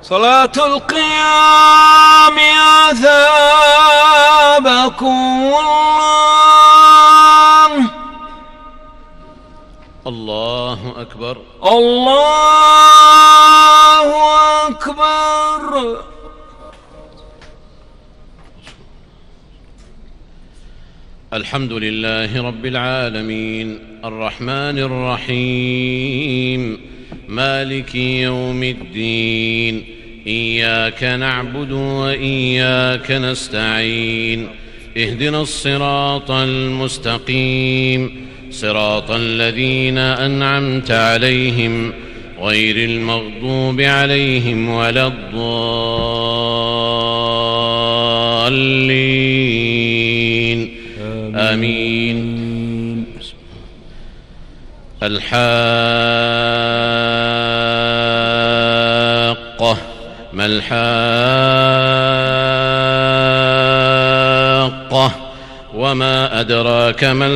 صلاة القيام أثابكم الله. الله أكبر. الله أكبر. الحمد لله رب العالمين الرحمن الرحيم مالك يوم الدين إياك نعبد وإياك نستعين اهدنا الصراط المستقيم صراط الذين أنعمت عليهم غير المغضوب عليهم ولا الضالين آمين. الحاقة ما الحاقة وما أدراك ما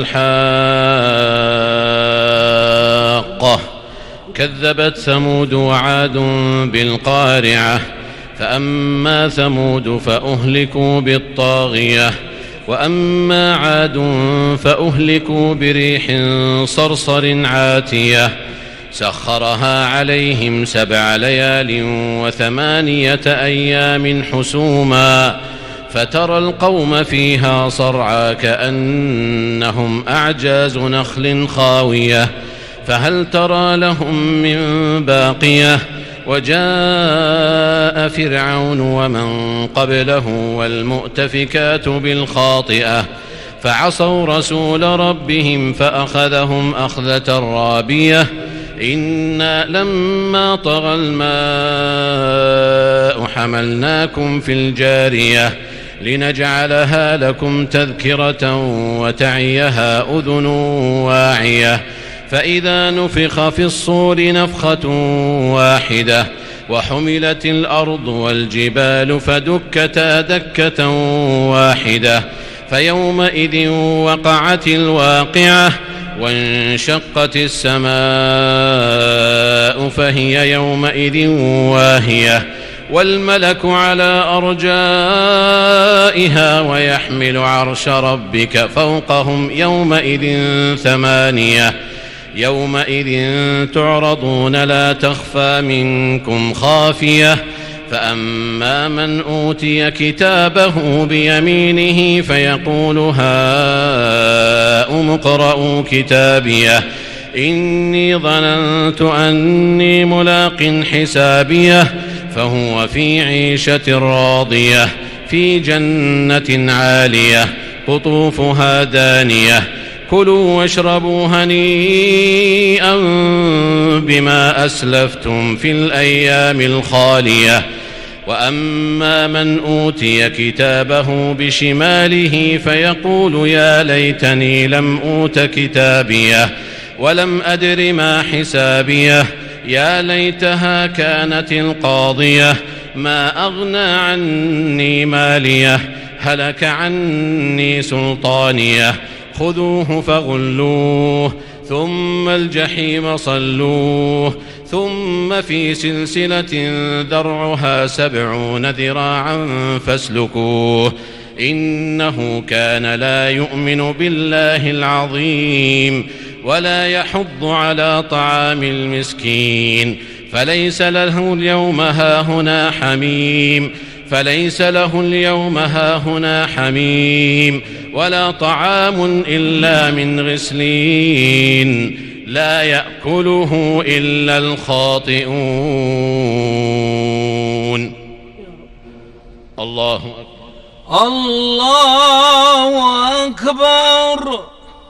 الحاقة كذبت ثمود وعاد بالقارعة فأما ثمود فأهلكوا بالطاغية وأما عاد فأهلكوا بريح صرصر عاتية سخرها عليهم 7 ليال و8 أيام حسوما فترى القوم فيها صرعى كأنهم أعجاز نخل خاوية فهل ترى لهم من باقية وجاء فرعون ومن قبله والمؤتفكات بالخاطئة فعصوا رسول ربهم فأخذهم أخذة رابية إنا لما طغى الماء حملناكم في الجارية لنجعلها لكم تذكرة وتعيها أذن واعية فإذا نفخ في الصور نفخة واحدة وحملت الأرض والجبال فدكتا دكة واحدة فيومئذ وقعت الواقعة وانشقت السماء فهي يومئذ واهية والملك على أرجائها ويحمل عرش ربك فوقهم يومئذ 8 يومئذ تعرضون لا تخفى منكم خافية فأما من أوتي كتابه بيمينه فيقول هاؤم اقرءوا كتابيه إني ظننت أني ملاق حسابيه فهو في عيشة راضية في جنة عالية قطوفها دانية كلوا واشربوا هنيئا بما أسلفتم في الأيام الخالية وأما من أوتي كتابه بشماله فيقول يا ليتني لم أوت كتابيه ولم أدر ما حسابيه يا ليتها كانت القاضية ما أغنى عني ماليه هلك عني سلطانيه خذوه فغلوه ثم الجحيم صلوه ثم في سلسلة ذرعها 70 ذراعا فاسلكوه إنه كان لا يؤمن بالله العظيم ولا يحض على طعام المسكين فليس له اليوم هاهنا حميم ولا طعام إلا من غسلين لا يأكله إلا الخاطئون. الله أكبر. الله أكبر.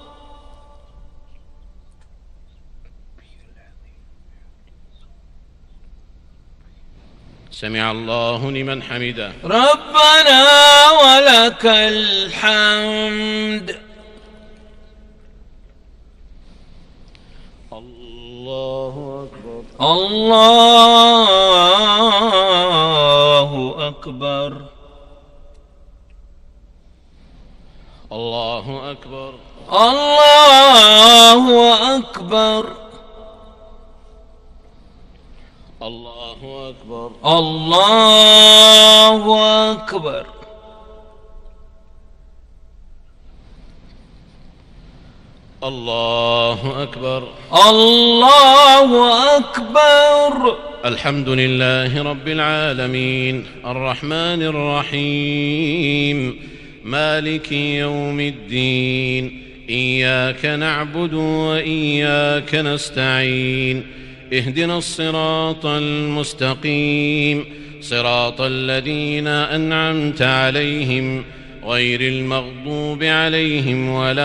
سمع الله لمن حمده. ربنا ولك الحمد. الله أكبر. الله أكبر. الله أكبر. الله أكبر. الله أكبر. الله أكبر. الله أكبر. الله أكبر. الحمد لله رب العالمين الرحمن الرحيم مالك يوم الدين إياك نعبد وإياك نستعين اهدنا الصراط المستقيم صراط الذين أنعمت عليهم غير المغضوب عليهم ولا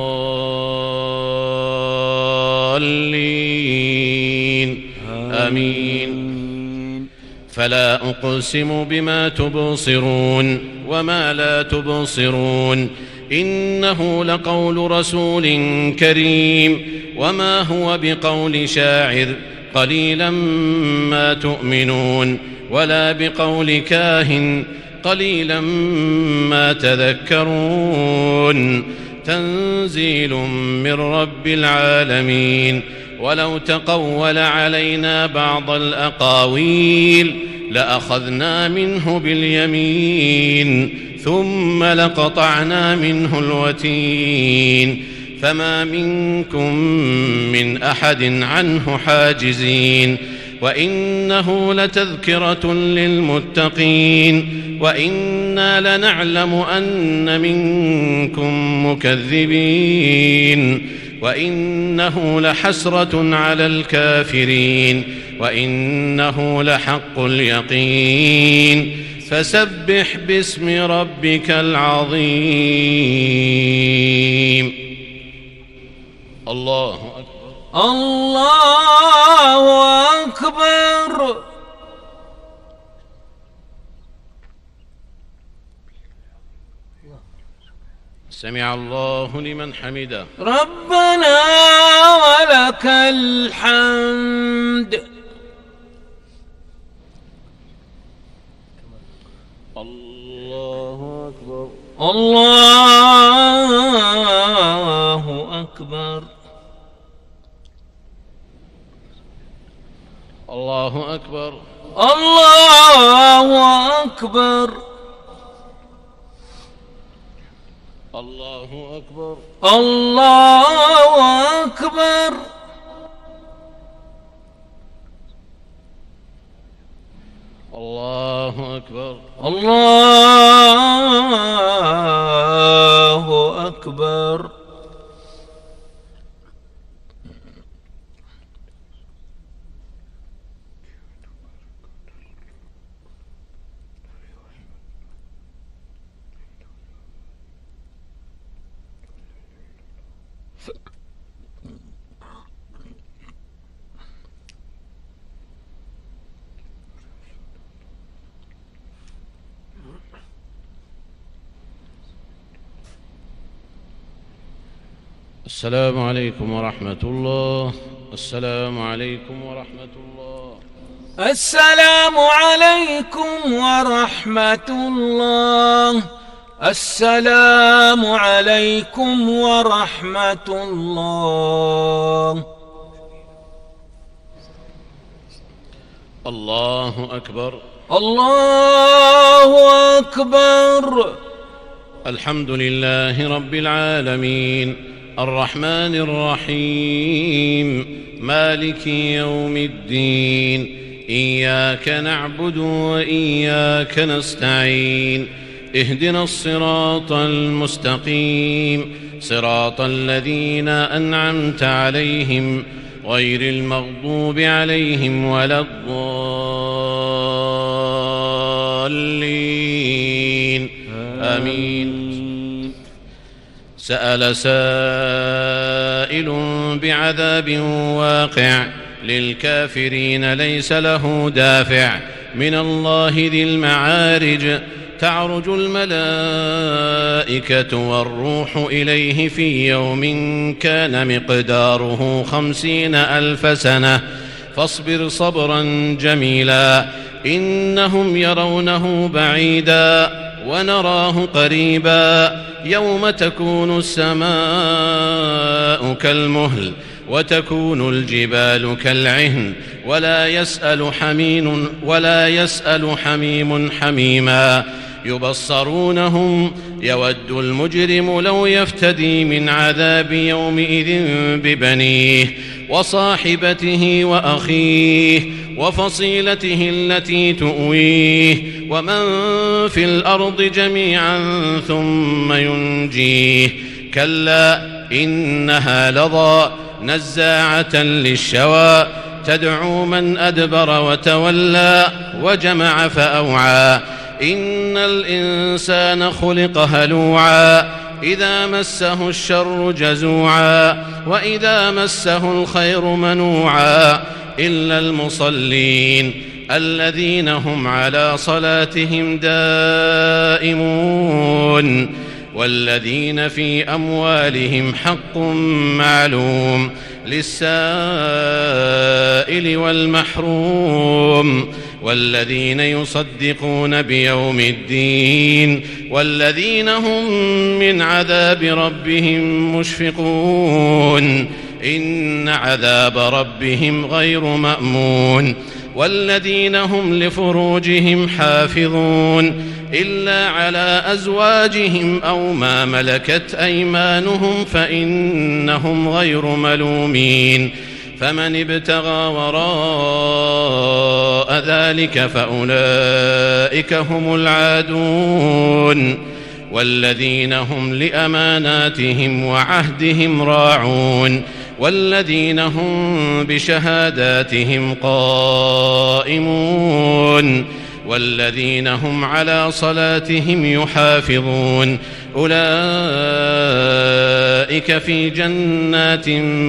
الضالين آمين. فلا أقسم بما تبصرون وما لا تبصرون إنه لقول رسول كريم وما هو بقول شاعر قليلا ما تؤمنون ولا بقول كاهن قليلا ما تذكرون تنزيل من رب العالمين. ولو تقول علينا بعض الأقاويل لأخذنا منه باليمين ثم لقطعنا منه الوتين فما منكم من أحد عنه حاجزين. وإنه لتذكرة للمتقين وإنا لنعلم أن منكم مكذبين وإنه لحسرة على الكافرين وإنه لحق اليقين. فسبح باسم ربك العظيم. الله أكبر. الله أكبر. سمع الله لمن حمده. ربنا ولك الحمد. الله أكبر. الله أكبر. الله أكبر. الله أكبر. الله أكبر. الله أكبر. الله أكبر. الله أكبر. السلام عليكم ورحمة الله. السلام عليكم ورحمة الله. السلام عليكم ورحمة الله. السلام عليكم ورحمة الله. الله أكبر. الله أكبر. الحمد لله رب العالمين الرحمن الرحيم مالك يوم الدين إياك نعبد وإياك نستعين اهدنا الصراط المستقيم صراط الذين أنعمت عليهم غير المغضوب عليهم ولا الضالين آمين. سأل سائل بعذاب واقع للكافرين ليس له دافع من الله ذي المعارج تعرج الملائكة والروح إليه في يوم كان مقداره 50,000 سنة فاصبر صبرا جميلا إنهم يرونه بعيدا ونراه قريبا يوم تكون السماء كالمهل وتكون الجبال كالعهن ولا يسأل حميم حميما يبصرونهم يود المجرم لو يفتدي من عذاب يومئذ ببنيه وصاحبته وأخيه وفصيلته التي تؤويه ومن في الأرض جميعا ثم ينجيه كلا إنها لظى نزاعة للشوى تدعو من أدبر وتولى وجمع فأوعى إن الإنسان خلق هلوعا إذا مسه الشر جزوعا وإذا مسه الخير منوعا إلا المصلين الذين هم على صلاتهم دائمون والذين في أموالهم حق معلوم للسائل والمحروم والذين يصدقون بيوم الدين والذين هم من عذاب ربهم مشفقون إن عذاب ربهم غير مأمون والذين هم لفروجهم حافظون إلا على أزواجهم أو ما ملكت أيمانهم فإنهم غير ملومين فمن ابتغى وراء ذلك فأولئك هم العادون والذين هم لأماناتهم وعهدهم راعون والذين هم بشهاداتهم قائمون والذين هم على صلاتهم يحافظون أولئك في جنات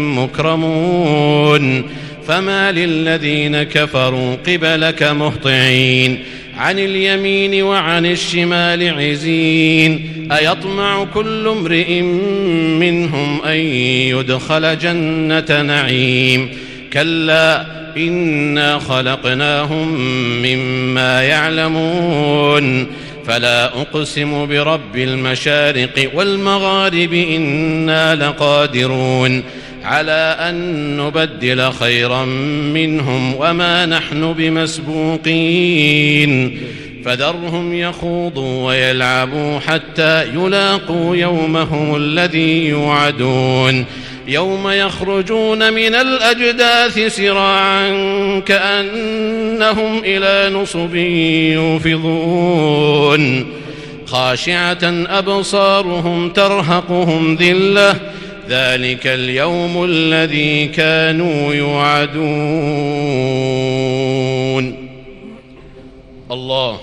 مكرمون فما للذين كفروا قبلك مهطعين عن اليمين وعن الشمال عزين أيطمع كل امرئ منهم أن يدخل جنة نعيم كلا إنا خلقناهم مما يعلمون فلا أقسم برب المشارق والمغارب إنا لقادرون على أن نبدل خيرا منهم وما نحن بمسبوقين فذرهم يخوضوا ويلعبوا حتى يلاقوا يومهم الذي يوعدون يوم يخرجون من الأجداث سراعا كأنهم إلى نصب يوفضون خاشعة أبصارهم ترهقهم ذلة ذلك اليوم الذي كانوا يوعدون الله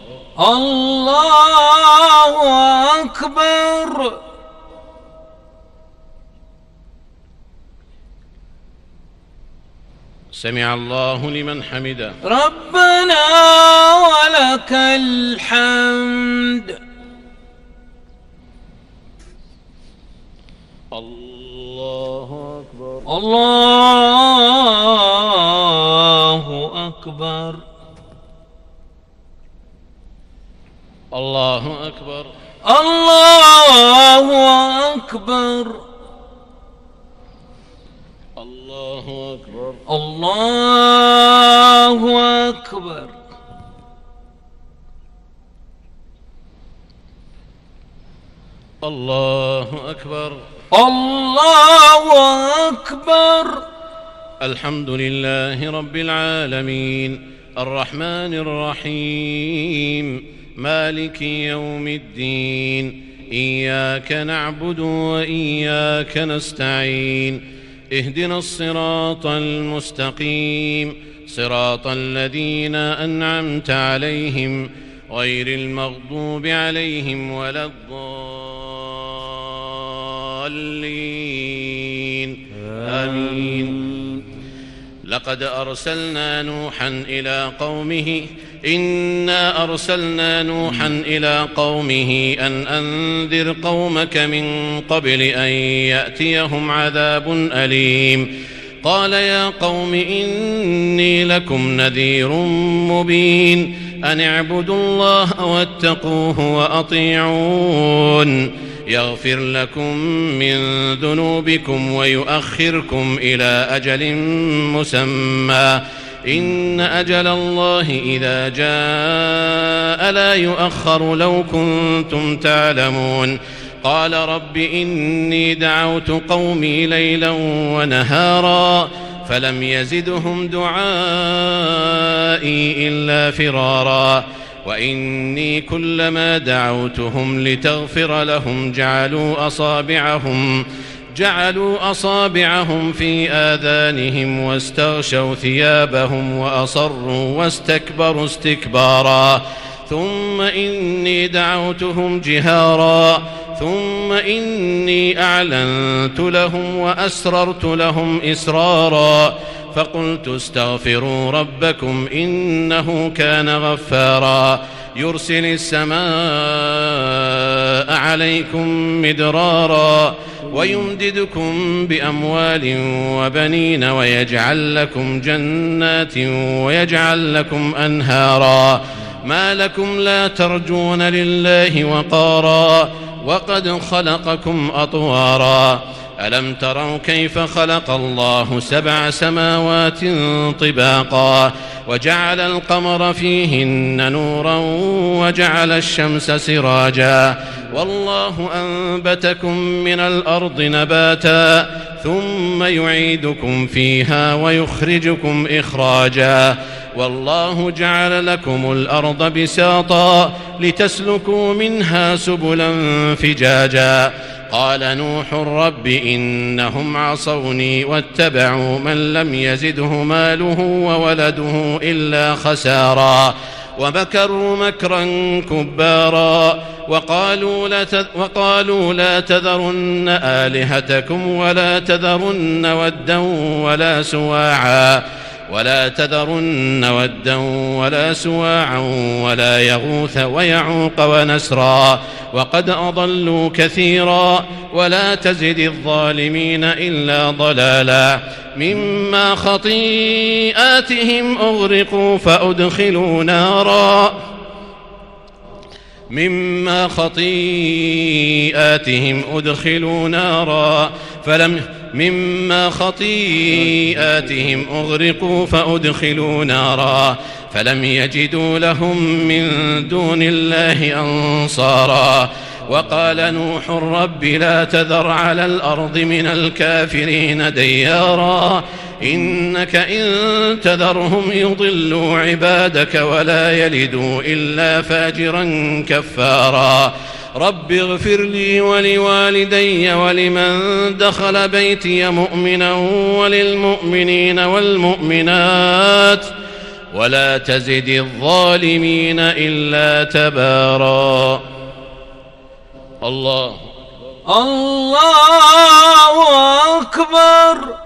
أكبر سمع الله لمن حمده ربنا ولك الحمد الله أكبر الله أكبر الله أكبر الله أكبر الله أكبر الله أكبر الله أكبر الله أكبر الحمد لله رب العالمين الرحمن الرحيم مالك يوم الدين إياك نعبد وإياك نستعين اهدنا الصراط المستقيم صراط الذين أنعمت عليهم غير المغضوب عليهم ولا الضالين آمين لقد أرسلنا نوحا إلى قومه إنا أرسلنا نوحا إلى قومه أن أنذر قومك من قبل أن يأتيهم عذاب أليم قال يا قوم إني لكم نذير مبين أن اعبدوا الله واتقوه وأطيعون يغفر لكم من ذنوبكم ويؤخركم إلى أجل مسمى إن أجل الله إذا جاء لا يؤخر لو كنتم تعلمون قال رب إني دعوت قومي ليلا ونهارا فلم يزدهم دعائي إلا فرارا وإني كلما دعوتهم لتغفر لهم جعلوا أصابعهم في آذانهم واستغشوا ثيابهم وأصروا واستكبروا استكبارا ثم إني دعوتهم جهارا ثم إني أعلنت لهم وأسررت لهم إسرارا فقلت استغفروا ربكم إنه كان غفارا يرسل السماء عليكم مدرارا ويمددكم بأموال وبنين ويجعل لكم جنات ويجعل لكم أنهارا ما لكم لا ترجون لله وقارا وقد خلقكم أطوارا ألم تروا كيف خلق الله 7 سماوات طباقا وجعل القمر فيهن نورا وجعل الشمس سراجا والله أنبتكم من الأرض نباتا ثم يعيدكم فيها ويخرجكم إخراجا والله جعل لكم الأرض بساطا لتسلكوا منها سبلا فجاجا قال نوح رب إنهم عصوني واتبعوا من لم يزده ماله وولده إلا خسارا ومكروا مكرا كبارا وقالوا لا تذرن آلهتكم ولا تذرن ودا ولا سواعا ولا يغوث ويعوق ونسرا وقد أضلوا كثيرا ولا تزد الظالمين إلا ضلالا مما خطيئاتهم أغرقوا فأدخلوا نارا فلم يجدوا لهم من دون الله أنصارا وقال نوح رب لا تذر على الأرض من الكافرين ديارا إنك إن تذرهم يضلوا عبادك ولا يلدوا إلا فاجرا كفارا رب اغفر لي ولوالدي ولمن دخل بيتي مؤمنا وللمؤمنين والمؤمنات ولا تزد الظالمين إلا تبارا الله أكبر.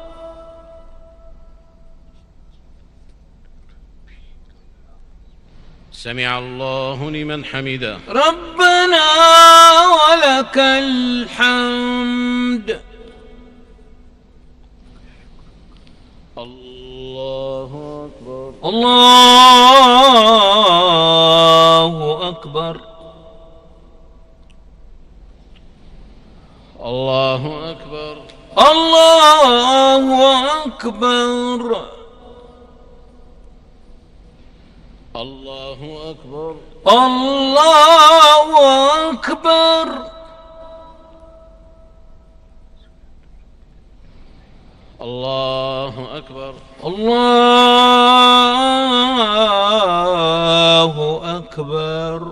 سمع الله لمن حمده. ربنا ولك الحمد. الله أكبر. الله أكبر. الله أكبر. الله أكبر. الله أكبر. الله أكبر. الله أكبر. الله أكبر.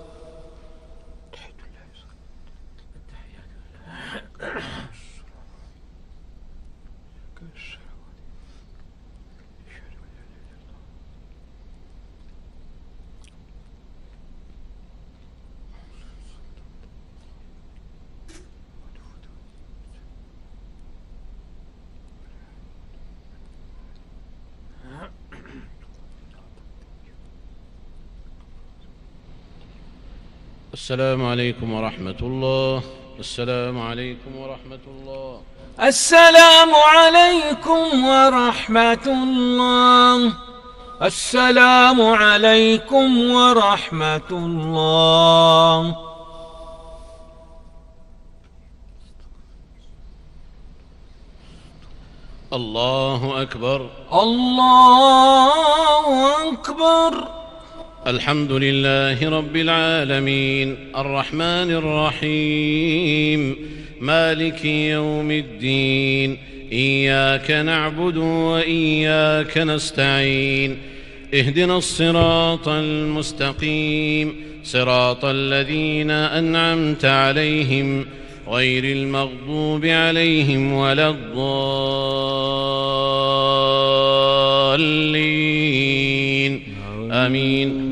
السلام عليكم ورحمة الله. السلام عليكم ورحمة الله. السلام عليكم ورحمة الله. السلام عليكم ورحمة الله. الله أكبر. الله أكبر. الحمد لله رب العالمين الرحمن الرحيم مالك يوم الدين إياك نعبد وإياك نستعين اهدنا الصراط المستقيم صراط الذين أنعمت عليهم غير المغضوب عليهم ولا الضالين آمين.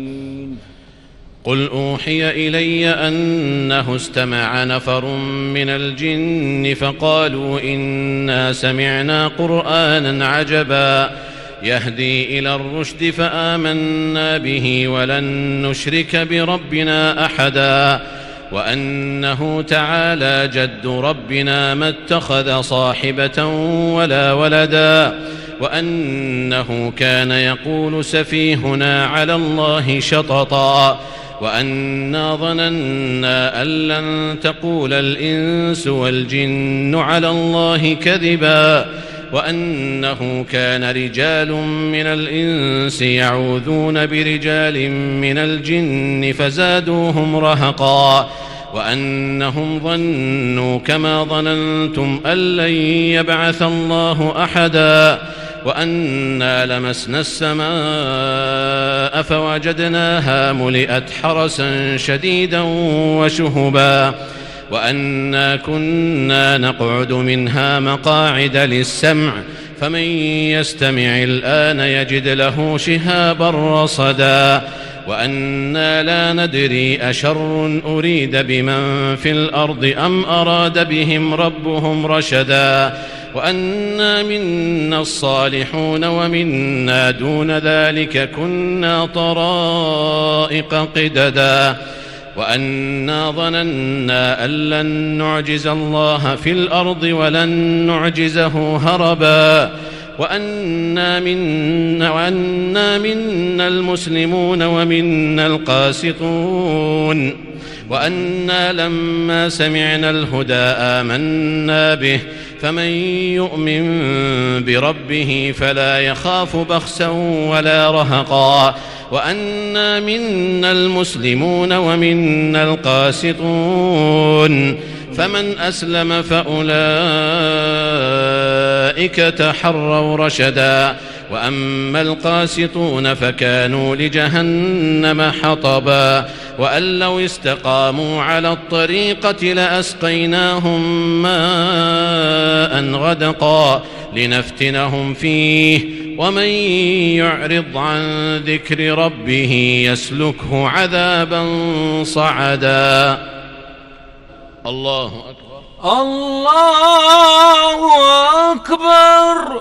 قل أوحي إلي أنه استمع نفر من الجن فقالوا إنا سمعنا قرآنا عجبا يهدي إلى الرشد فآمنا به ولن نشرك بربنا أحدا وأنه تعالى جد ربنا ما اتخذ صاحبة ولا ولدا وأنه كان يقول سفيهنا على الله شططا وأنا ظننا أن لن تقول الإنس والجن على الله كذبا وأنه كان رجال من الإنس يعوذون برجال من الجن فزادوهم رهقا وأنهم ظنوا كما ظننتم أن لن يبعث الله أحدا وأنا لمسنا السماء فوجدناها ملئت حرسا شديدا وشهبا وأنا كنا نقعد منها مقاعد للسمع فمن يستمع الآن يجد له شهابا رصدا وأنا لا ندري أشر أريد بمن في الأرض أم أراد بهم ربهم رشدا وأنا منا الصالحون ومنا دون ذلك كنا طرائق قددا وأنا ظننا أن لن نعجز الله في الأرض ولن نعجزه هربا وأنا منا المسلمون ومنا القاسطون وأنا لما سمعنا الهدى آمنا به فمن يؤمن بربه فلا يخاف بخسا ولا رهقا وأنا منا المسلمون ومنا القاسطون فمن أسلم فأولئك تحروا رشدا وأما القاسطون فكانوا لجهنم حطبا وأن لو استقاموا على الطريقة لأسقيناهم ماء غدقا لنفتنهم فيه ومن يعرض عن ذكر ربه يسلكه عذابا صعدا. الله أكبر. الله أكبر.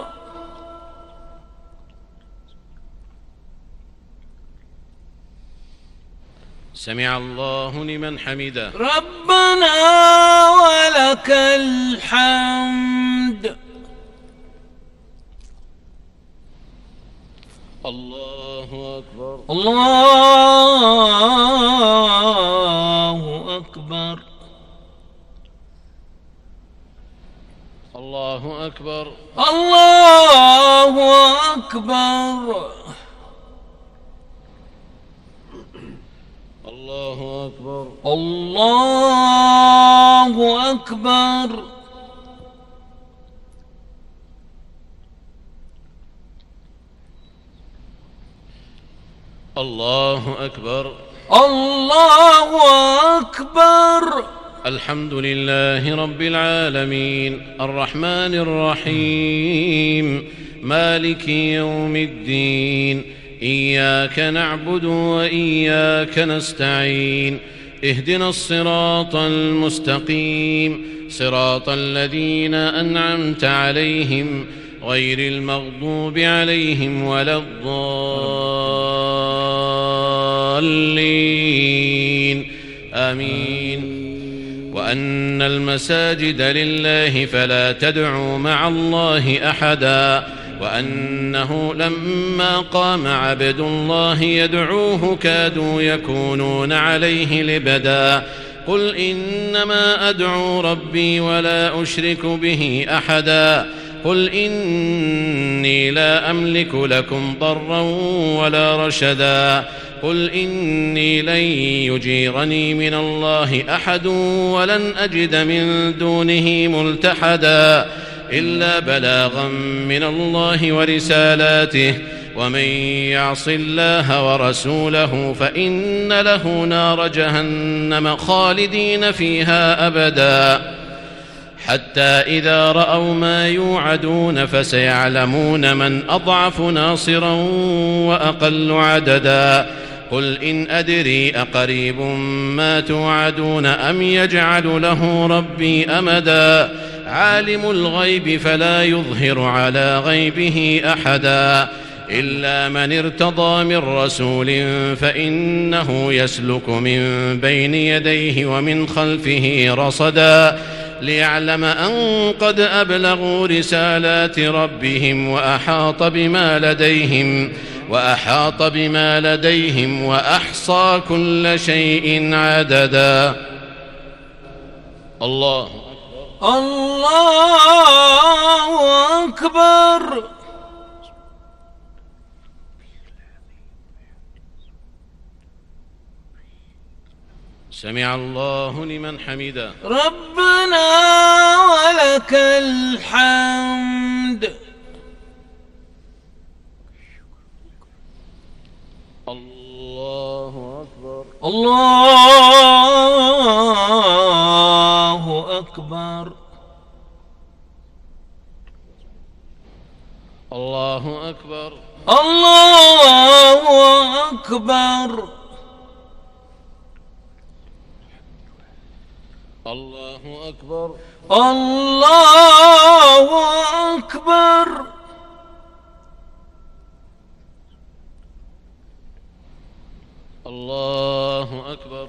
سمع الله لمن حمده. ربنا ولك الحمد. الله أكبر. الله أكبر. الله أكبر. الله أكبر. الله أكبر. الله أكبر. الله أكبر. الله أكبر. الحمد لله رب العالمين الرحمن الرحيم مالك يوم الدين إياك نعبد وإياك نستعين اهدنا الصراط المستقيم صراط الذين أنعمت عليهم غير المغضوب عليهم ولا الضالين آمين. وأن المساجد لله فلا تدعوا مع الله أحدا وأنه لما قام عبد الله يدعوه كادوا يكونون عليه لبدا قل إنما أدعو ربي ولا أشرك به أحدا قل إني لا أملك لكم ضرا ولا رشدا قل إني لن يجيرني من الله أحد ولن أجد من دونه ملتحدا إلا بلاغا من الله ورسالاته ومن يعص الله ورسوله فإن له نار جهنم خالدين فيها أبدا حتى إذا رأوا ما يوعدون فسيعلمون من أضعف ناصرا وأقل عددا قل إن أدري أقريب ما توعدون أم يجعل له ربي أمدا عالم الغيب فلا يظهر على غيبه أحدا إلا من ارتضى من رسول فإنه يسلك من بين يديه ومن خلفه رصدا ليعلم أن قد أبلغوا رسالات ربهم وأحاط بما لديهم وأحصى كل شيء عددا. الله أكبر. سمع الله لمن حمده. ربنا ولك الحمد. الله أكبر. الله أكبر. الله أكبر. الله أكبر. الله أكبر. الله أكبر. الله أكبر.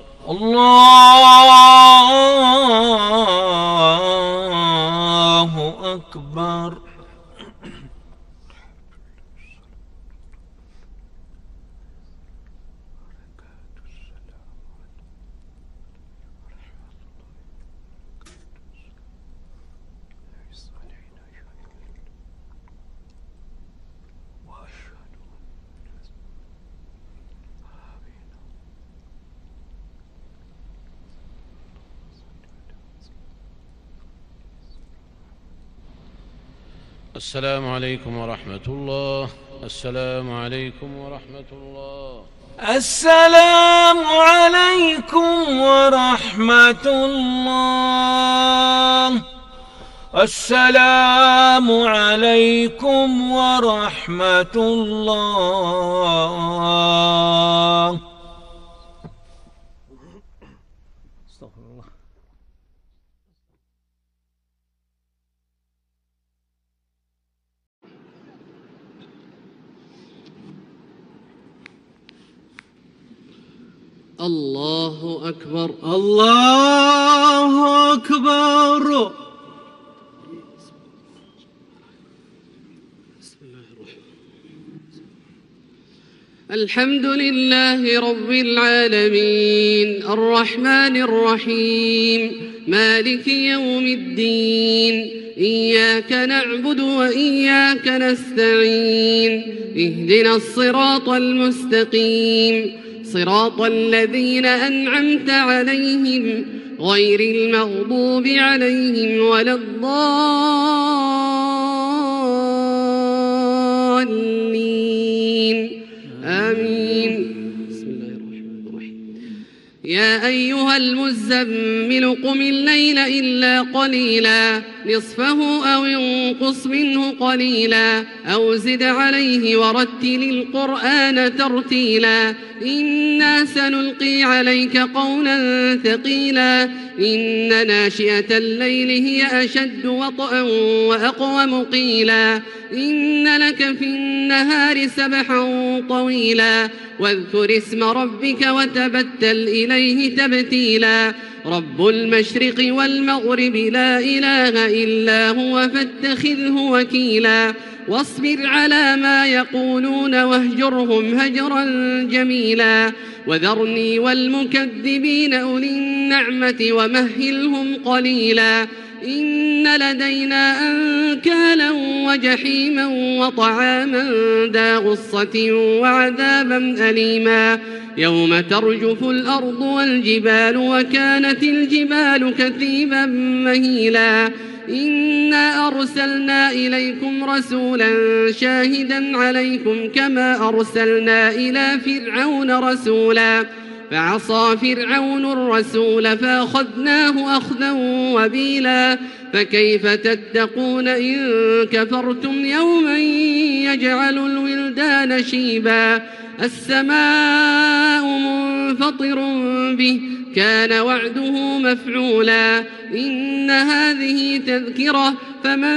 الله أكبر. السلام عليكم ورحمة الله. السلام عليكم ورحمة الله. السلام عليكم ورحمة الله. السلام عليكم ورحمة الله. الله أكبر. الله أكبر. بسم الله الرحمن الرحيم. الحمد لله رب العالمين الرحمن الرحيم مالك يوم الدين إياك نعبد وإياك نستعين اهدنا الصراط المستقيم صراط الذين أنعمت عليهم غير المغضوب عليهم ولا الضالين آمين. بسم الله الرحمن الرحيم. يا أيها المزمل قم الليل إلا قليلا نصفه أو انقص منه قليلا أو زد عليه ورتل القرآن ترتيلا إنا سنلقي عليك قولا ثقيلا إن ناشئة الليل هي أشد وطئا وأقوم قيلا إن لك في النهار سبحا طويلا واذكر اسم ربك وتبتل إليه تبتيلا رب المشرق والمغرب لا إله إلا هو فاتخذه وكيلا واصبر على ما يقولون واهجرهم هجرا جميلا وذرني والمكذبين أولي النعمة ومهلهم قليلا إن لدينا أنكالا وجحيما وطعاما ذا غصة وعذابا أليما يوم ترجف الأرض والجبال وكانت الجبال كثيبا مهيلا إنا أرسلنا إليكم رسولا شاهدا عليكم كما أرسلنا إلى فرعون رسولا فعصى فرعون الرسول فأخذناه أخذا وبيلا فكيف تتقون إن كفرتم يوما يجعل الولدان شيبا السماء منفطر به كان وعده مفعولا إن هذه تذكرة فمن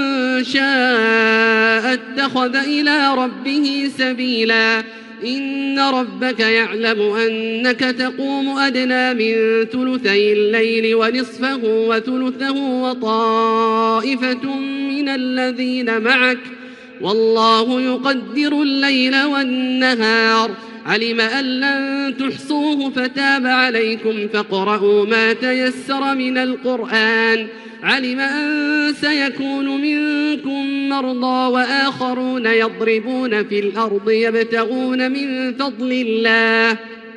شاء اتخذ إلى ربه سبيلا إن ربك يعلم أنك تقوم أدنى من ثلثي الليل ونصفه وثلثه وطائفة من الذين معك والله يقدر الليل والنهار علم أن لن تحصوه فتاب عليكم فاقرؤوا ما تيسر من القرآن علم أن سيكون منكم مرضى وآخرون يضربون في الأرض يبتغون من فضل الله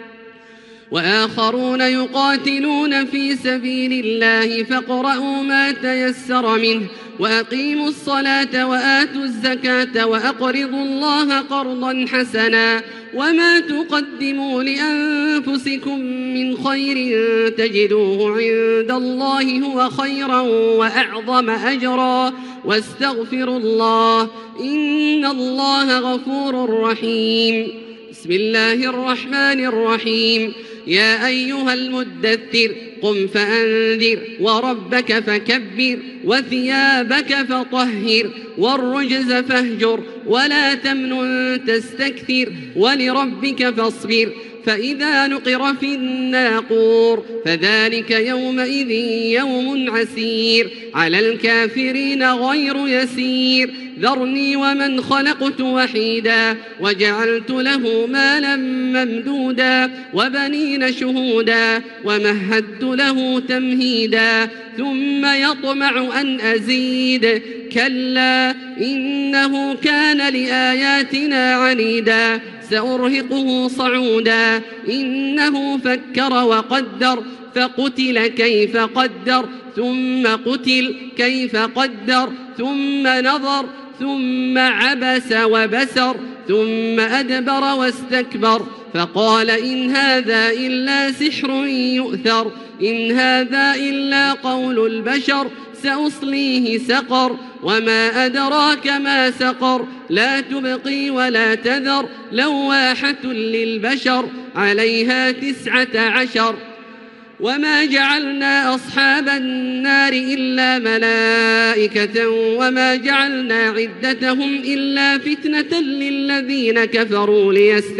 وآخرون يقاتلون في سبيل الله فاقرؤوا ما تيسر منه وأقيموا الصلاة وآتوا الزكاة وأقرضوا الله قرضا حسنا وما تقدموا لأنفسكم من خير تجدوه عند الله هو خيرا وأعظم أجرا واستغفروا الله إن الله غفور رحيم بسم الله الرحمن الرحيم يا أيها المدثر قم فأنذر وربك فكبر وثيابك فطهر والرجز فاهجر ولا تمنن تستكثر ولربك فاصبر فإذا نقر في الناقور فذلك يومئذ يوم عسير على الكافرين غير يسير ذرني ومن خلقت وحيدا وجعلت له مالا ممدودا وبنين شهودا ومهدت له تمهيدا ثم يطمع أن أزيد كلا إنه كان لآياتنا عنيدا سأرهقه صعودا إنه فكر وقدر فقتل كيف قدر ثم قتل كيف قدر ثم نظر ثم عبس وبسر ثم أدبر واستكبر فقال إن هذا إلا سحر يؤثر إن هذا إلا قول البشر سأصليه سقر وما أدراك ما سقر لا تبقي ولا تذر لواحة للبشر عليها 19 وما جعلنا أصحاب النار إلا ملائكة وما جعلنا عدتهم إلا فتنة للذين كفروا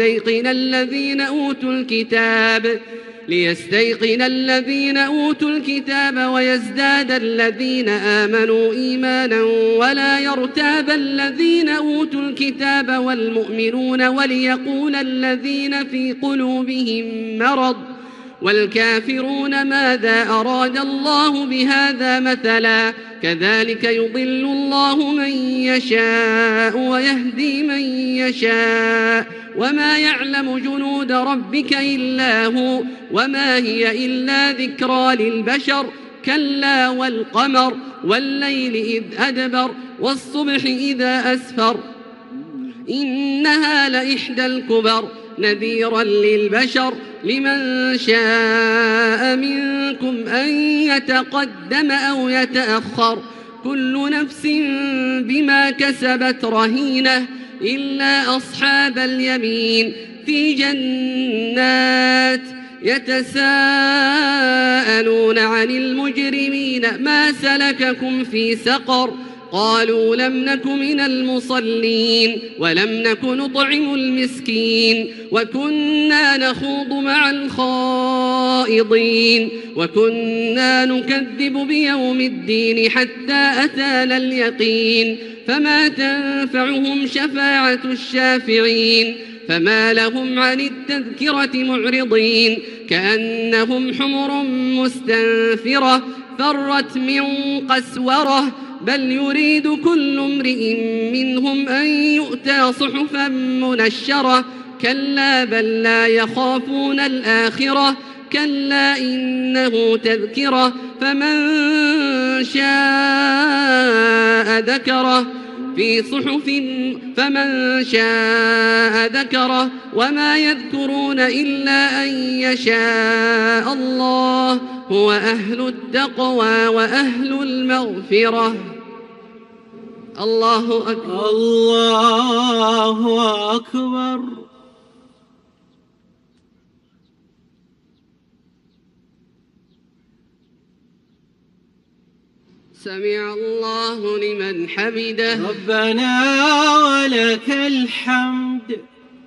ليستيقن الذين أوتوا الكتاب ويزداد الذين آمنوا إيمانا ولا يرتاب الذين أوتوا الكتاب والمؤمنون وليقول الذين في قلوبهم مرض والكافرون ماذا أراد الله بهذا مثلا كذلك يضل الله من يشاء ويهدي من يشاء وما يعلم جنود ربك إلا هو وما هي إلا ذكرى للبشر كلا والقمر والليل إذ أدبر والصبح إذا أسفر إنها لإحدى الكبر نذيرا للبشر لمن شاء منكم أن يتقدم أو يتأخر كل نفس بما كسبت رهينة إلا أصحاب اليمين في جنات يتساءلون عن المجرمين ما سلككم في سقر قالوا لم نك من المصلين ولم نك نطعم المسكين وكنا نخوض مع الخائضين وكنا نكذب بيوم الدين حتى أتانا اليقين فما تنفعهم شفاعة الشافعين فما لهم عن التذكرة معرضين كأنهم حمر مستنفرة فرت من قسورة بل يريد كل امرئ منهم أن يؤتى صحفا منشرة كلا بل لا يخافون الآخرة كلا إنه تذكرة فمن شاء ذكره في صحف فمن شاء ذكره وما يذكرون إلا أن يشاء الله هو أهل التقوى وأهل المغفرة. الله أكبر. الله أكبر. سمع الله لمن حمده. ربنا ولك الحمد.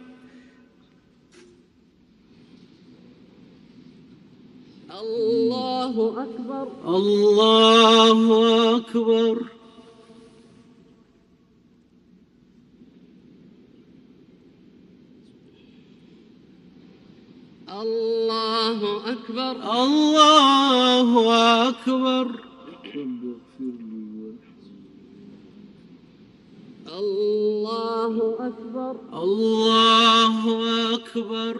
الله أكبر. الله أكبر. الله أكبر. الله أكبر. الله أكبر. الله أكبر.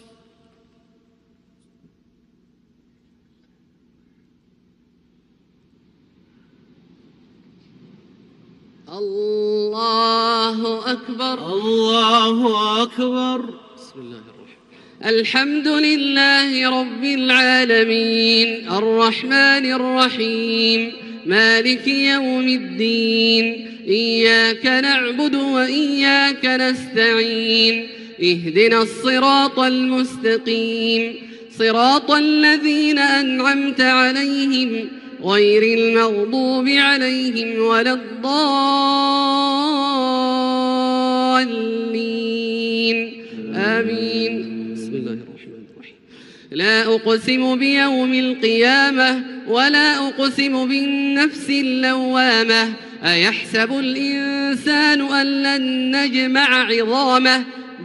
الله أكبر. الله أكبر. بسم الله الرحمن. الحمد لله رب العالمين الرحمن الرحيم مالك يوم الدين إياك نعبد وإياك نستعين اهدنا الصراط المستقيم صراط الذين أنعمت عليهم غير المغضوب عليهم ولا الضالين آمين. بسم الله الرحمن الرحيم. لا أقسم بيوم القيامة ولا أقسم بالنفس اللوامة أيحسب الإنسان أن لن نجمع عظامه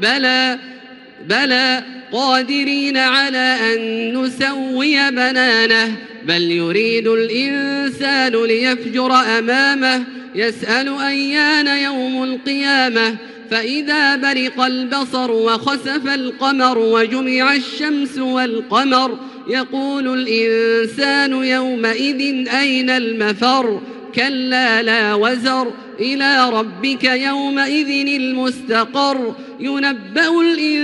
بلى قادرين على أن نسوي بنانه بل يريد الإنسان ليفجر أمامه يسأل أيان يوم القيامة فإذا برق البصر وخسف القمر وجمع الشمس والقمر يقول الإنسان يومئذ أين المفر كلا لا وزر إلى ربك يومئذ المستقر ينبأ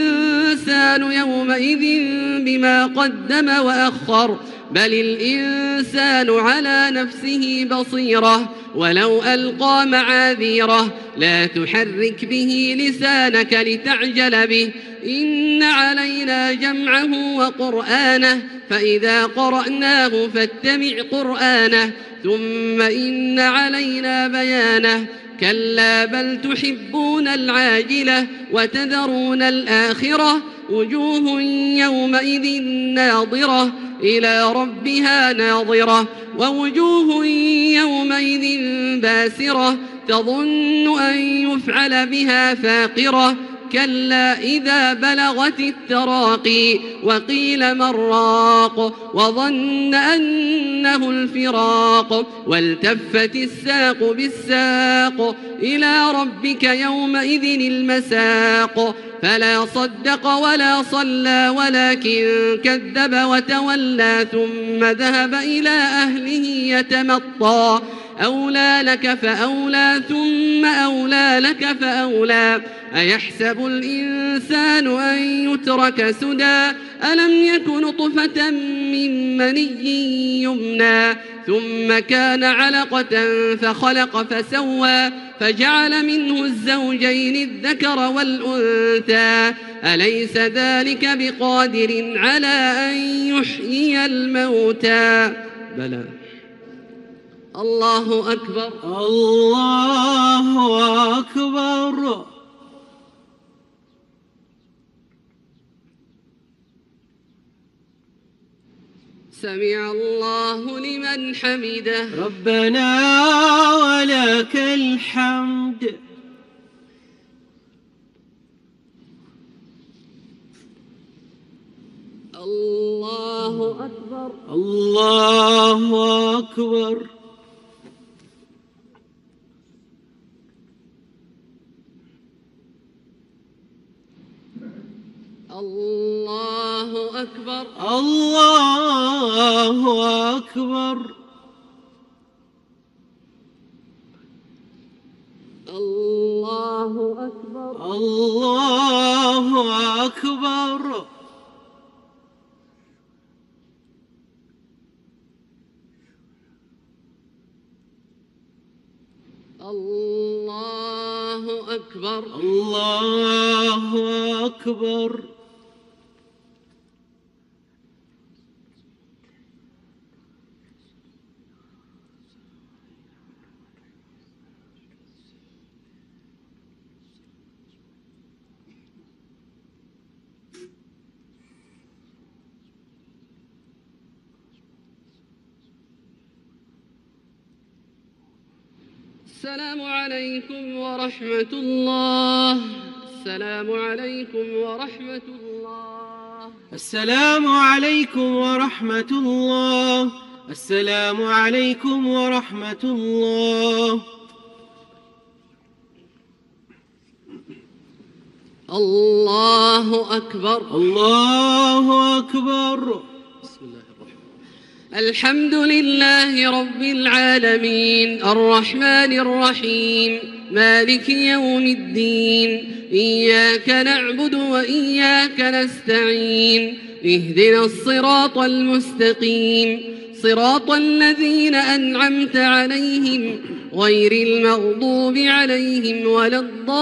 الإنسان يومئذ بما قدم وأخر بل الإنسان على نفسه بصيرة ولو ألقى معاذيره لا تحرك به لسانك لتعجل به إن علينا جمعه وقرآنه فإذا قرأناه فاتبع قرآنه ثم إن علينا بيانه كلا بل تحبون العاجلة وتذرون الآخرة وجوه يومئذ ناظرة إلى ربها ناظرة ووجوه يومئذ باسرة تظن أن يفعل بها فاقرة كلا إذا بلغت التراقي وقيل من راق وظن أنه الفراق والتفت الساق بالساق إلى ربك يومئذ المساق فلا صدق ولا صلى ولكن كذب وتولى ثم ذهب إلى أهله يتمطى أولى لك فأولى ثم أولى لك فأولى أيحسب الإنسان أن يترك سدى ألم يك نطفة من مني يمنى ثم كان علقة فخلق فسوى فجعل منه الزوجين الذكر والأنثى أليس ذلك بقادر على أن يحيي الموتى بلى. الله أكبر. الله أكبر. سمع الله لمن حمده. ربنا ولك الحمد. الله أكبر. الله أكبر. الله أكبر. الله أكبر. الله أكبر. الله أكبر. الله أكبر. الله أكبر. السلام عليكم ورحمة الله. السلام عليكم ورحمة الله. السلام عليكم ورحمة الله. السلام عليكم ورحمة الله. الله أكبر. الله أكبر. بسم الله الرحمن. الحمد لله رب العالمين الرحمن الرحيم مالك يوم الدين. إياك نعبد وإياك نستعين. اهدنا الصراط المستقيم صراط الذين أنعمت عليهم غير المغضوب عليهم ولا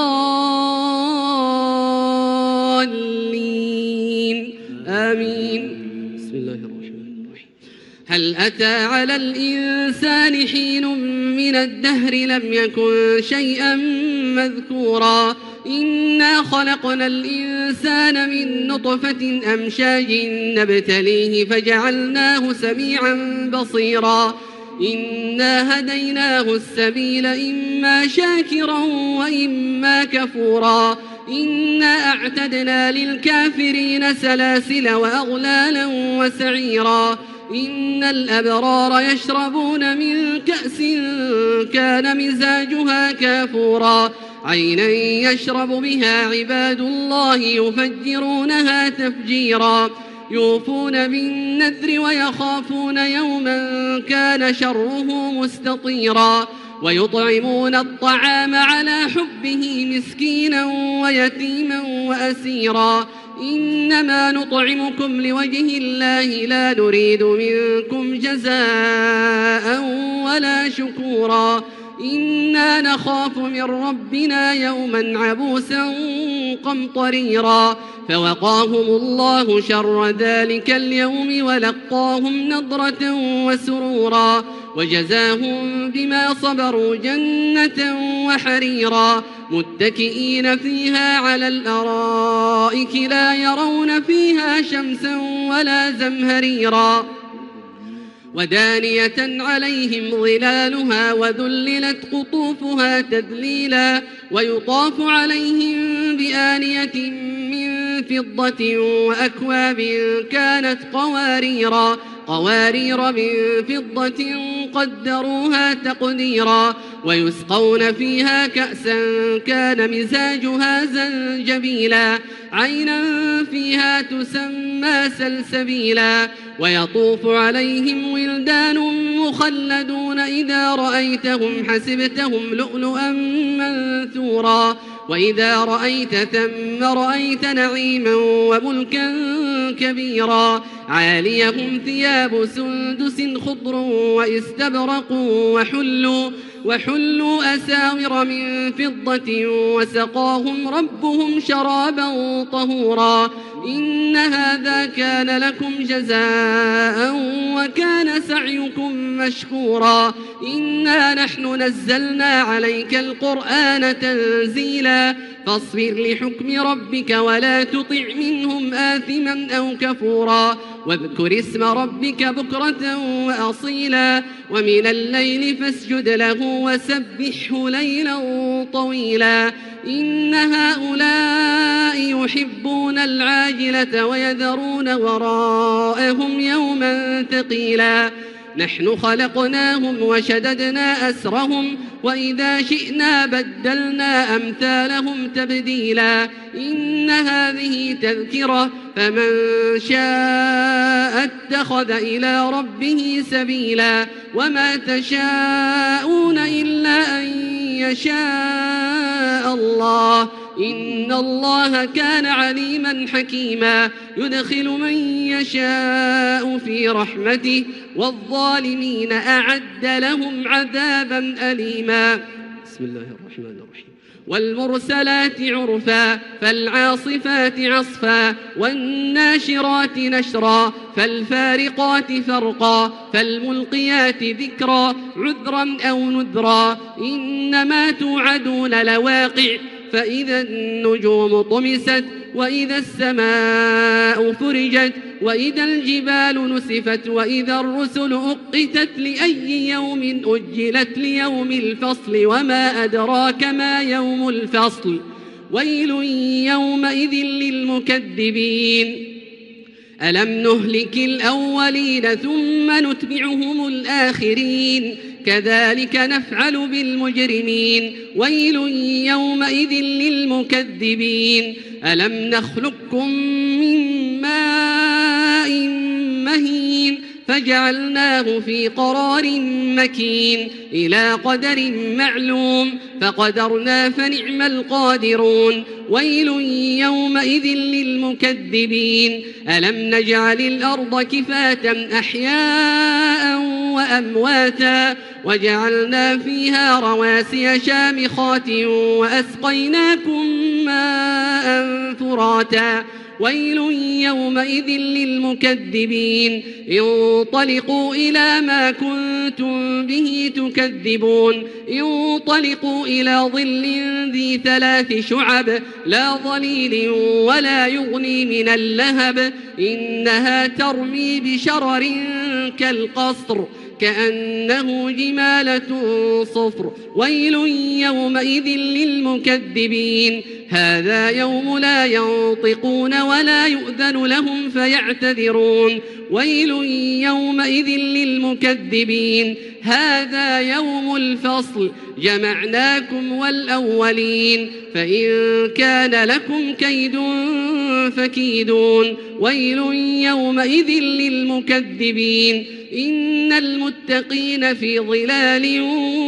الضالين. آمين. بسم الله الرحمن الرحيم. هل أتى على الإنسان حين من الدهر لم يكن شيئا مذكورا. إنا خلقنا الإنسان من نطفة أمشاج نبتليه فجعلناه سميعا بصيرا. إنا هديناه السبيل إما شاكرا وإما كفورا. إنا أعتدنا للكافرين سلاسل وأغلالا وسعيرا. إن الأبرار يشربون من كأس كان مزاجها كافورا. عينا يشرب بها عباد الله يفجرونها تفجيرا. يوفون بالنذر ويخافون يوما كان شره مستطيرا. ويطعمون الطعام على حبه مسكينا ويتيما وأسيرا. إنما نطعمكم لوجه الله لا نريد منكم جزاء ولا شكورا. إنا نخاف من ربنا يوما عبوسا قمطريرا. فوقاهم الله شر ذلك اليوم ولقاهم نضرة وسرورا. وجزاهم بما صبروا جنة وحريرا. متكئين فيها على الأرائك لا يرون فيها شمسا ولا زمهريرا. ودانية عليهم ظلالها وذللت قطوفها تذليلا. ويطاف عليهم بآنية من فضة وأكواب كانت قوارير من فضة قدروها تقديرا. ويسقون فيها كأسا كان مزاجها زنجبيلا. عينا فيها تسمى سلسبيلا. ويطوف عليهم ولدان مخلدون إذا رأيتهم حسبتهم لؤلؤا منثورا. وإذا رأيت ثم رأيت نعيما وملكا كبيرا. عاليهم ثياب سندس خضر واستبرق وحلوا أساور من فضة وسقاهم ربهم شرابا طهورا. إن هذا كان لكم جزاء وكان سعيكم مشكورا. إنا نحن نزلنا عليك القرآن تنزيلا. فاصبر لحكم ربك ولا تطع منهم آثما أو كفورا واذكر اسم ربك بكرة وأصيلا ومن الليل فاسجد له وسبحه ليلا طويلا إن هؤلاء يحبون العاجلة ويذرون وراءهم يوما ثقيلا نحن خلقناهم وشددنا أسرهم وإذا شئنا بدلنا أمثالهم تبديلا إن هذه تذكرة فمن شاء اتخذ إلى ربه سبيلا وما تشاءون إلا أن يشاء الله إن الله كان عليما حكيما يدخل من يشاء في رحمته والظالمين أعد لهم عذابا أليما بسم الله الرحمن الرحيم والمرسلات عرفا فالعاصفات عصفا والناشرات نشرا فالفارقات فرقا فالملقيات ذكرا عذرا أو نذرا إنما توعدون لواقع فإذا النجوم طمست وإذا السماء فرجت وإذا الجبال نسفت وإذا الرسل أقتت لأي يوم أجلت ليوم الفصل وما أدراك ما يوم الفصل ويل يومئذ للمكذبين ألم نهلك الأولين ثم نتبعهم الآخرين كذلك نفعل بالمجرمين ويل يومئذ للمكذبين ألم نخلقكم من ماء مهين فجعلناه في قرار مكين إلى قدر معلوم فقدرنا فنعم القادرون ويل يومئذ للمكذبين ألم نجعل الأرض كفاة أحياء وأمواتا وجعلنا فيها رواسي شامخات وأسقيناكم ماء فراتا ويل يومئذ للمكذبين انطلقوا إلى ما كنتم به تكذبون انطلقوا إلى ظل ذي 3 شعب لا ظليل ولا يغني من اللهب إنها ترمي بشرر كالقصر كأنه جمالة صفر ويل يومئذ للمكذبين هذا يوم لا ينطقون ولا يؤذن لهم فيعتذرون ويل يومئذ للمكذبين هذا يوم الفصل جمعناكم والأولين فإن كان لكم كيد فكيدون ويل يومئذ للمكذبين إن المتقين في ظلال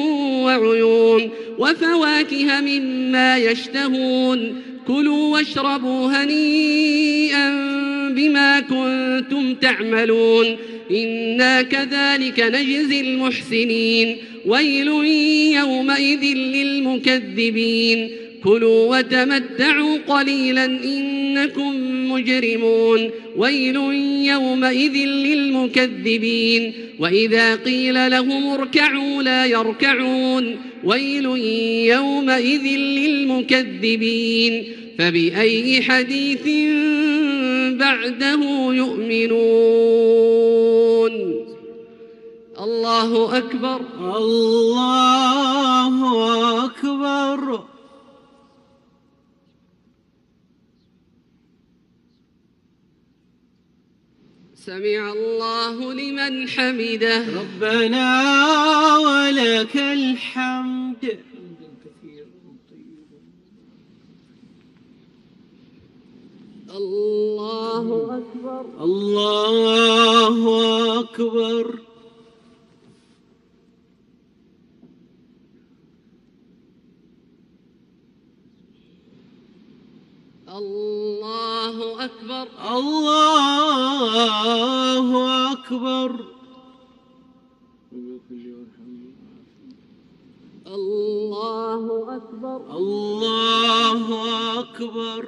وعيون وفواكه مما يشتهون كلوا واشربوا هنيئا بما كنتم تعملون إنا كذلك نجزي المحسنين ويل يومئذ للمكذبين كلوا وتمتعوا قليلا إنكم مجرمون ويل يومئذ للمكذبين وإذا قيل لهم اركعوا لا يركعون ويل يومئذ للمكذبين فبأي حديث بعده يؤمنون الله أكبر الله أكبر سمع الله لمن حمده ربنا ولك الحمد الله أكبر الله أكبر الله أكبر الله أكبر الله أكبر الله أكبر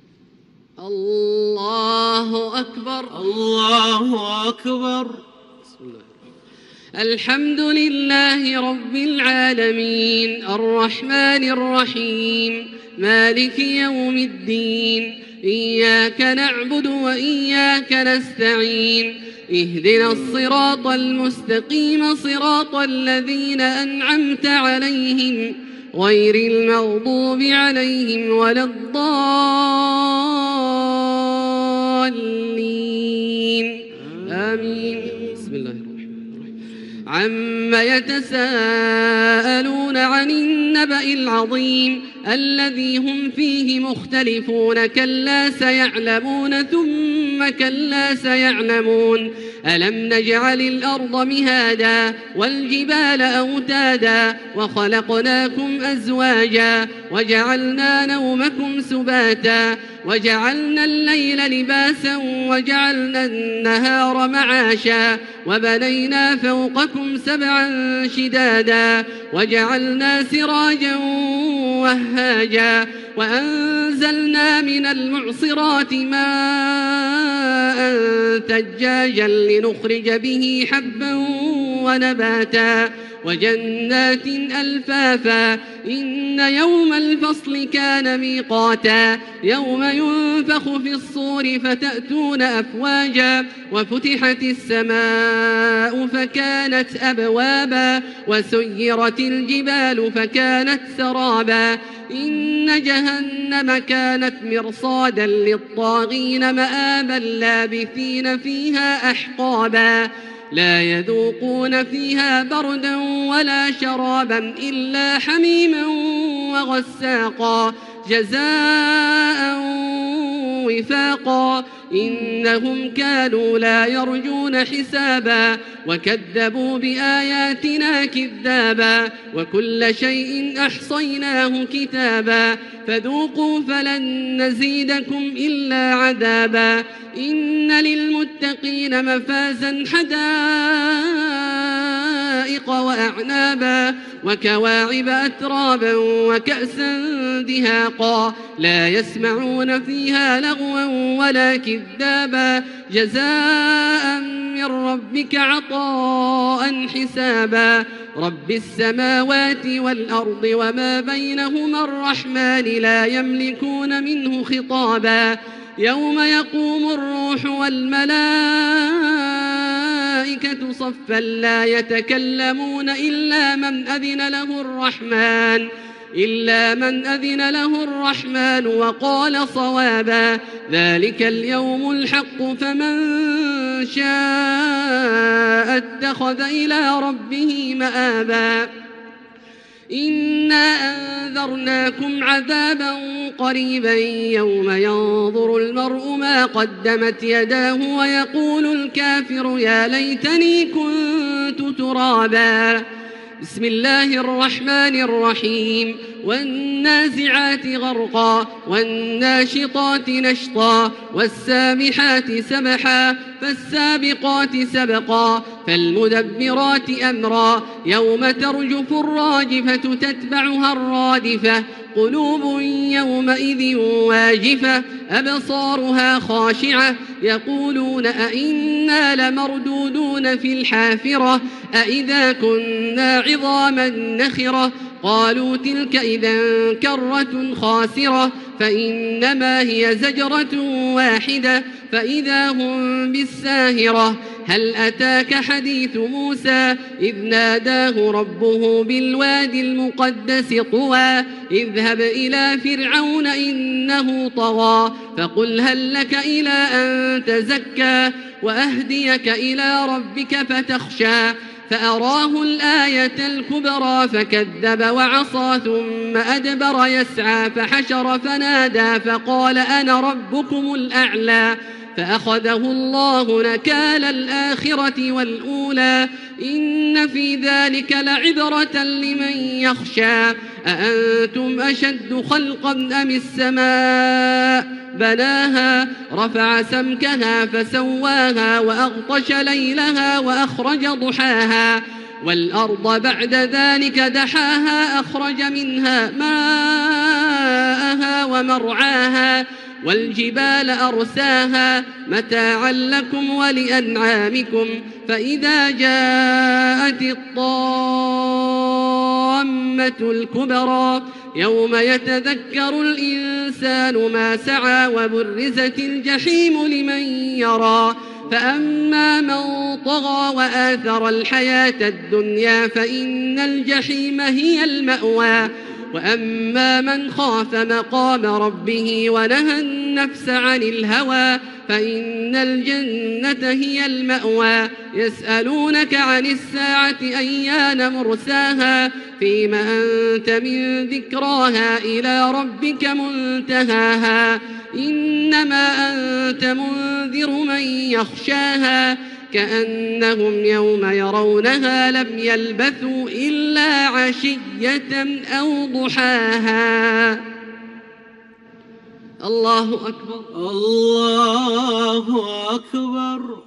الله أكبر الله أكبر الحمد لله رب العالمين الرحمن الرحيم مالك يوم الدين إياك نعبد وإياك نستعين اهدنا الصراط المستقيم صراط الذين أنعمت عليهم غير المغضوب عليهم ولا الضالين آمين. بسم الله الرحمن الرحيم. عما يتساءلون عن النبأ العظيم الذي هم فيه مختلفون كلا سيعلمون ثم كلا سيعلمون ألم نجعل الأرض مهادا والجبال أوتادا وخلقناكم أزواجا وجعلنا نومكم سباتا وجعلنا الليل لباسا وجعلنا النهار معاشا وبنينا فوقكم سبعا شدادا وجعلنا سراجا وهاجا وأنزلنا من المعصرات ماء ثجاجا لنخرج به حبا ونباتا وجنات ألفافا إن يوم الفصل كان ميقاتا يوم ينفخ في الصور فتأتون أفواجا وفتحت السماء فكانت أبوابا وسيرت الجبال فكانت سرابا إن جهنم كانت مرصادا للطاغين مآبا لابثين فيها أحقابا لا يذوقون فيها بردا ولا شرابا إلا حميما وغساقا جزاء وفاقا إنهم كانوا لا يرجون حسابا وكذبوا بآياتنا كذابا وكل شيء أحصيناه كتابا فذوقوا فلن نزيدكم إلا عذابا إن للمتقين مفازا حدائق وأعنابا وكواعب أترابا وكأسا دهاقا لا يسمعون فيها لغوا ولا كذابا جزاء من ربك عطاء حسابا رب السماوات والأرض وما بينهما الرحمن لا يملكون منه خطابا يوم يقوم الروح والملائكة صفا لا يتكلمون إلا من أذن له الرحمن وقال صوابا ذلك اليوم الحق فمن شاء اتخذ إلى ربه مآبا إنا أنذرناكم عذابا قريبا يوم ينظر المرء ما قدمت يداه ويقول الكافر يا ليتني كنت ترابا بسم الله الرحمن الرحيم والنازعات غرقا والناشطات نشطا والسابحات سبحا فالسابقات سبقا فالمدبرات أمرا يوم ترجف الراجفة تتبعها الرادفة قلوب يومئذ واجفة أبصارها خاشعة يقولون أئنا لمردودون في الحافرة أئذا كنا عظاما نخرة قالوا تلك إذا كرة خاسرة فإنما هي زجرة واحدة فإذا هم بالساهرة هل أتاك حديث موسى إذ ناداه ربه بالوادي المقدس طوى اذهب إلى فرعون إنه طغى فقل هل لك إلى أن تزكى وأهديك إلى ربك فتخشى فأراه الآية الكبرى فكذب وعصى ثم أدبر يسعى فحشر فنادى فقال أنا ربكم الأعلى فأخذه الله نكال الآخرة والأولى إن في ذلك لعبرة لمن يخشى أأنتم أشد خلقا أم السماء بناها رفع سمكها فسواها وأغطش ليلها وأخرج ضحاها والأرض بعد ذلك دحاها أخرج منها ماءها ومرعاها والجبال أرساها متاعا لكم ولأنعامكم فإذا جاءت الطامة الكبرى يوم يتذكر الإنسان ما سعى وبرزت الجحيم لمن يرى فأما من طغى وآثر الحياة الدنيا فإن الجحيم هي المأوى وأما من خاف مقام ربه ونهى النفس عن الهوى فإن الجنة هي المأوى يسألونك عن الساعة أيان مرساها فيم أنت من ذكراها إلى ربك منتهاها إنما أنت منذر من يخشاها كأنهم يوم يرونها لم يلبثوا إلا عشية أو ضحاها. الله أكبر. الله أكبر.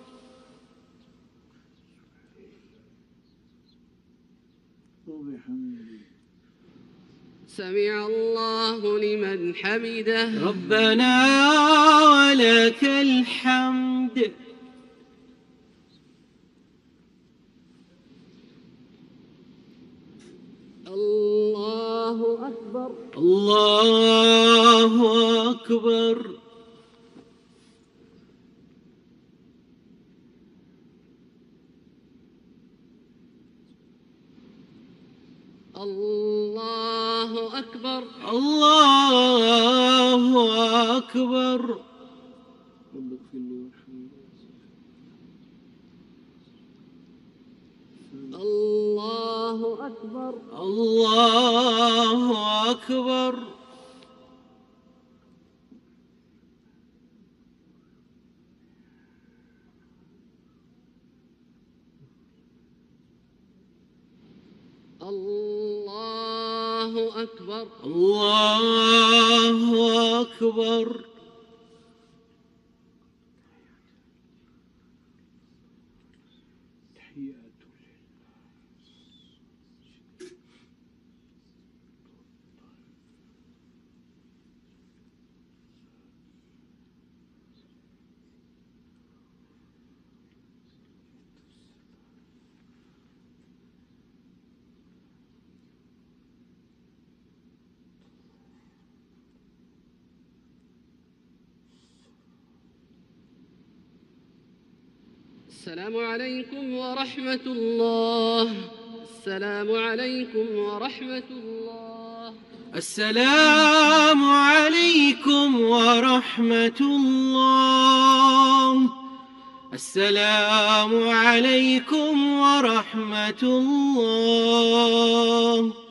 سمع الله لمن حمده. ربنا ولك الحمد. الله أكبر. الله أكبر. الله أكبر. الله أكبر. الله أكبر. الله أكبر. الله أكبر. الله أكبر. السلام عليكم ورحمة الله. السلام عليكم ورحمة الله. السلام عليكم ورحمة الله. السلام عليكم ورحمة الله.